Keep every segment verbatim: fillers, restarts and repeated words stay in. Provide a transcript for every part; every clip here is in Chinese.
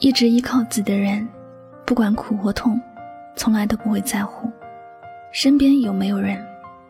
一直依靠自己的人，不管苦或痛，从来都不会在乎身边有没有人。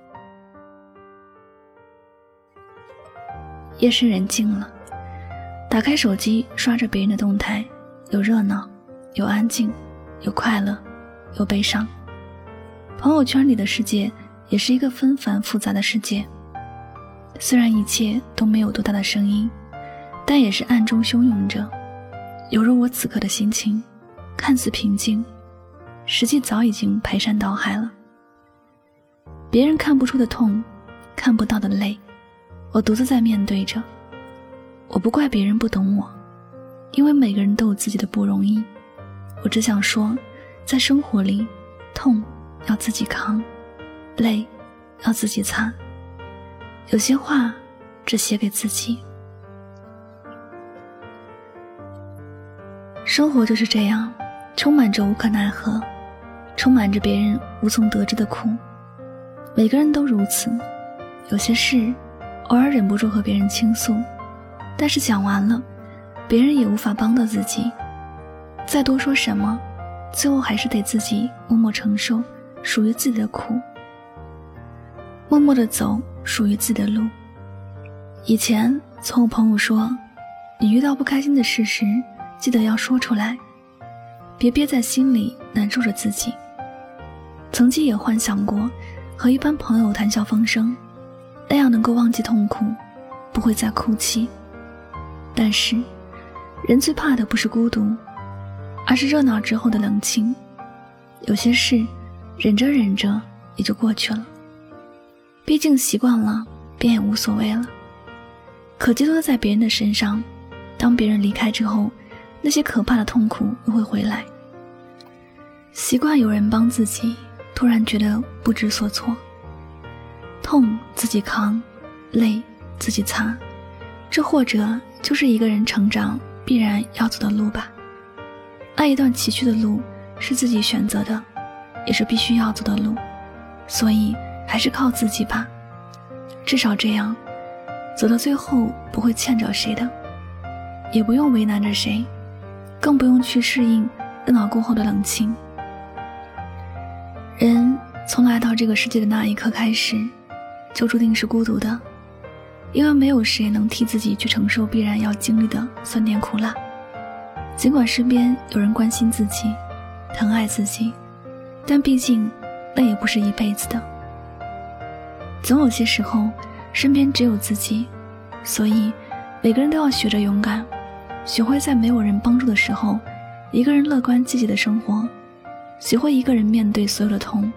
夜深人静了，打开手机刷着别人的动态，有热闹，有安静，有快乐，有悲伤。朋友圈里的世界也是一个纷繁复杂的世界，虽然一切都没有多大的声音，但也是暗中汹涌着，犹如我此刻的心情，看似平静，实际早已经排山倒海了。别人看不出的痛，看不到的泪，我独自在面对着。我不怪别人不懂我，因为每个人都有自己的不容易。我只想说，在生活里，痛要自己扛，泪要自己擦，有些话只写给自己。生活就是这样，充满着无可奈何，充满着别人无从得知的苦。每个人都如此，有些事偶尔忍不住和别人倾诉，但是讲完了，别人也无法帮到自己。再多说什么，最后还是得自己默默承受属于自己的苦，默默地走属于自己的路。以前从我朋友说，你遇到不开心的事时，记得要说出来，别憋在心里难受着自己。曾经也幻想过和一般朋友谈笑风生，那样能够忘记痛苦，不会再哭泣。但是人最怕的不是孤独，而是热闹之后的冷清。有些事忍着忍着也就过去了，毕竟习惯了便也无所谓了。可寄托在别人的身上，当别人离开之后，那些可怕的痛苦又会回来。习惯有人帮自己，突然觉得不知所措。痛自己扛，泪自己擦，这或者就是一个人成长必然要走的路吧。爱一段崎岖的路是自己选择的，也是必须要走的路，所以还是靠自己吧。至少这样，走到最后不会欠着谁的，也不用为难着谁，更不用去适应热闹过后的冷清。人从来到这个世界的那一刻开始，就注定是孤独的，因为没有谁能替自己去承受必然要经历的酸甜苦辣。尽管身边有人关心自己，疼爱自己，但毕竟那也不是一辈子的。总有些时候身边只有自己，所以每个人都要学着勇敢，学会在没有人帮助的时候，一个人乐观积极的生活，学会一个人面对所有的痛。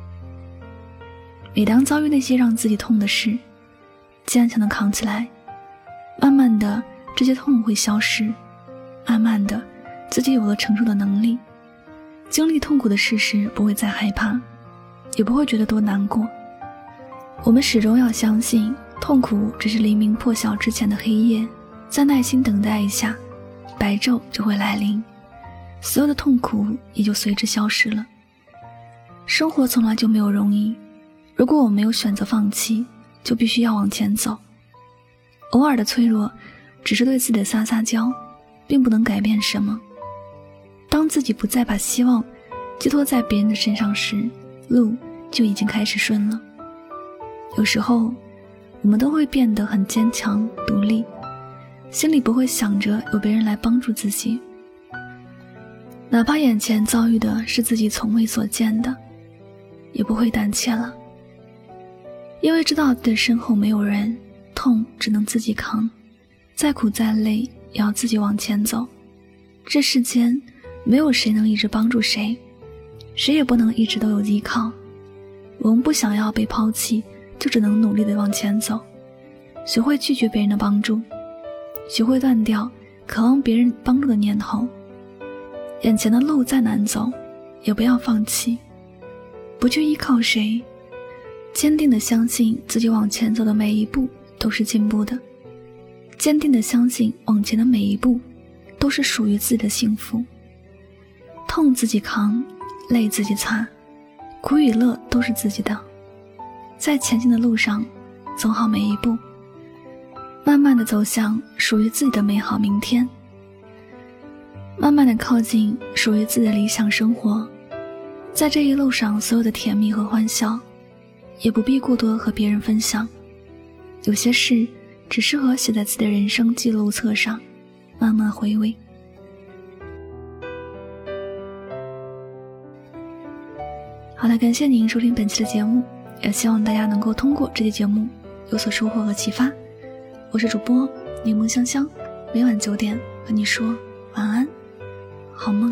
每当遭遇那些让自己痛的事，坚强的扛起来，慢慢的这些痛会消失，慢慢的自己有了承受的能力。经历痛苦的事时不会再害怕，也不会觉得多难过。我们始终要相信，痛苦只是黎明破晓之前的黑夜，再耐心等待一下，白昼就会来临，所有的痛苦也就随之消失了。生活从来就没有容易，如果我没有选择放弃，就必须要往前走。偶尔的脆弱只是对自己的撒撒娇，并不能改变什么。当自己不再把希望寄托在别人的身上时，路就已经开始顺了。有时候我们都会变得很坚强独立，心里不会想着有别人来帮助自己，哪怕眼前遭遇的是自己从未所见的，也不会胆怯了。因为知道自己的身后没有人，痛只能自己扛，再苦再累也要自己往前走。这世间没有谁能一直帮助谁，谁也不能一直都有依靠。我们不想要被抛弃，就只能努力地往前走，学会拒绝别人的帮助，学会断掉渴望别人帮助的念头。眼前的路再难走，也不要放弃，不去依靠谁，坚定地相信自己往前走的每一步都是进步的，坚定地相信往前的每一步都是属于自己的幸福。痛自己扛，泪自己擦，苦与乐都是自己的，在前进的路上走好每一步，慢慢地走向属于自己的美好明天。 慢慢的靠近属于自己的理想生活。在这一路上，所有的甜蜜和欢笑也不必过多和别人分享，有些事只适合写在自己的人生记录册上，慢慢回味。好了，感谢您收听本期的节目，也希望大家能够通过这期节目有所收获和启发。我是主播柠檬香香，每晚九点和你说晚安，好梦。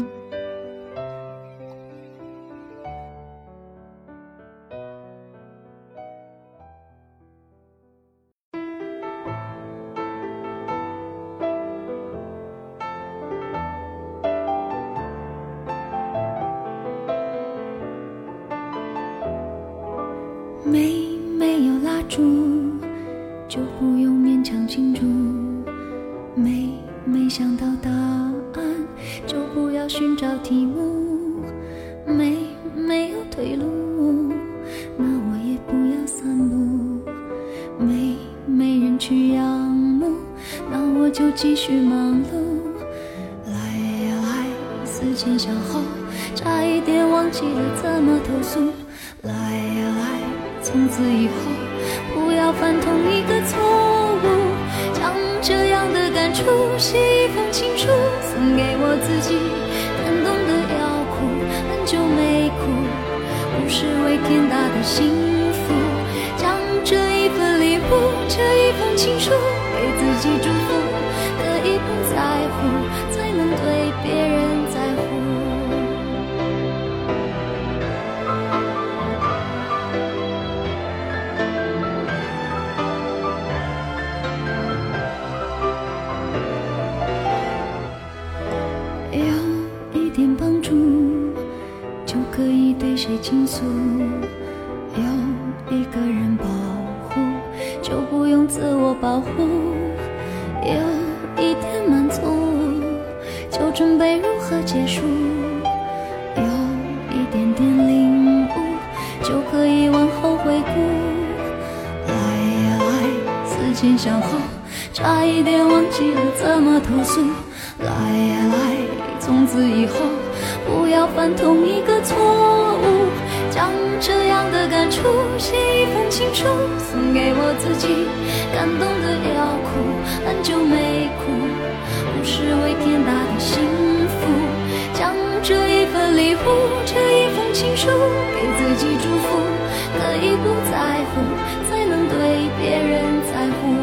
没没有蜡烛，就不用勉强庆祝。没没想到答案，就不要寻找题目。没没有退路，那我也不要散步。没没人去仰慕，那我就继续忙碌。来呀来，思前想后，差一点忘记了怎么投诉。来呀来，从此以后不要犯同一个错误，将这样的感触写一封情书，送给我自己。感动的要哭，很久没哭，不是为天大的幸福，将这一份礼物，这一封情书给自己祝福，可以不在乎，才能对别人在乎。有一点帮助，就可以对谁倾诉；有一个人保护，就不用自我保护；有一点满足，就准备如何结束；有一点点领悟，就可以往后回顾。来呀来，思前想后，差一点忘记了怎么投诉。来呀来，从此以后不要犯同一个错误，将这样的感触写一封情书，送给我自己。感动的要哭，很久没哭，不是为天大的幸福，将这一份礼物，这一封情书给自己祝福，可以不在乎，才能对别人在乎。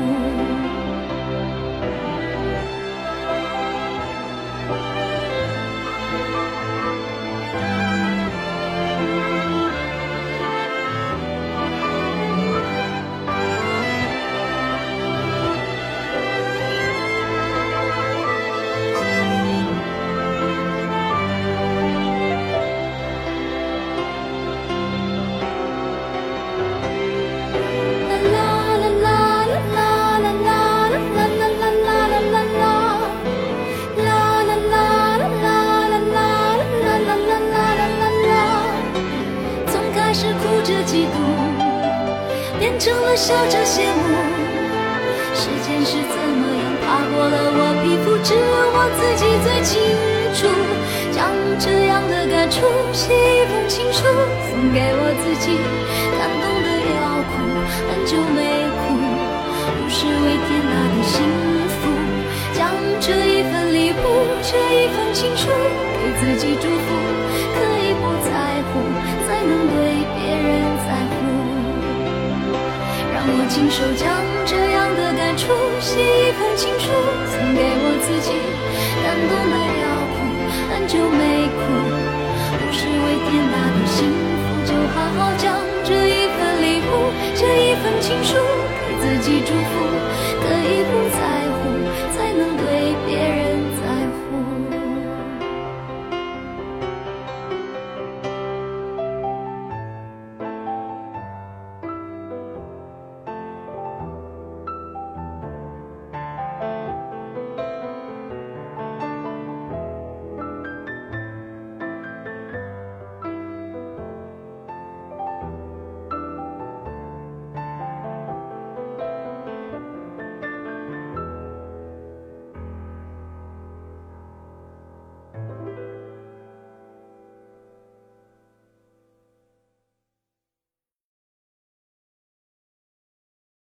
变成了笑着谢幕，时间是怎么样爬过了我皮肤，只有我自己最清楚。将这样的感触写一封情书，送给我自己。感动的要哭，很久没哭，不是为天大的幸福，将这一份礼物，这一封情书给自己祝福，可以不在乎，才能对别人在乎。让我亲手将这样的感触写一封情书，送给我自己。感动的要哭，很久没哭，不是为天大的幸福，就好好将这一份礼物，这一份情书给自己祝福，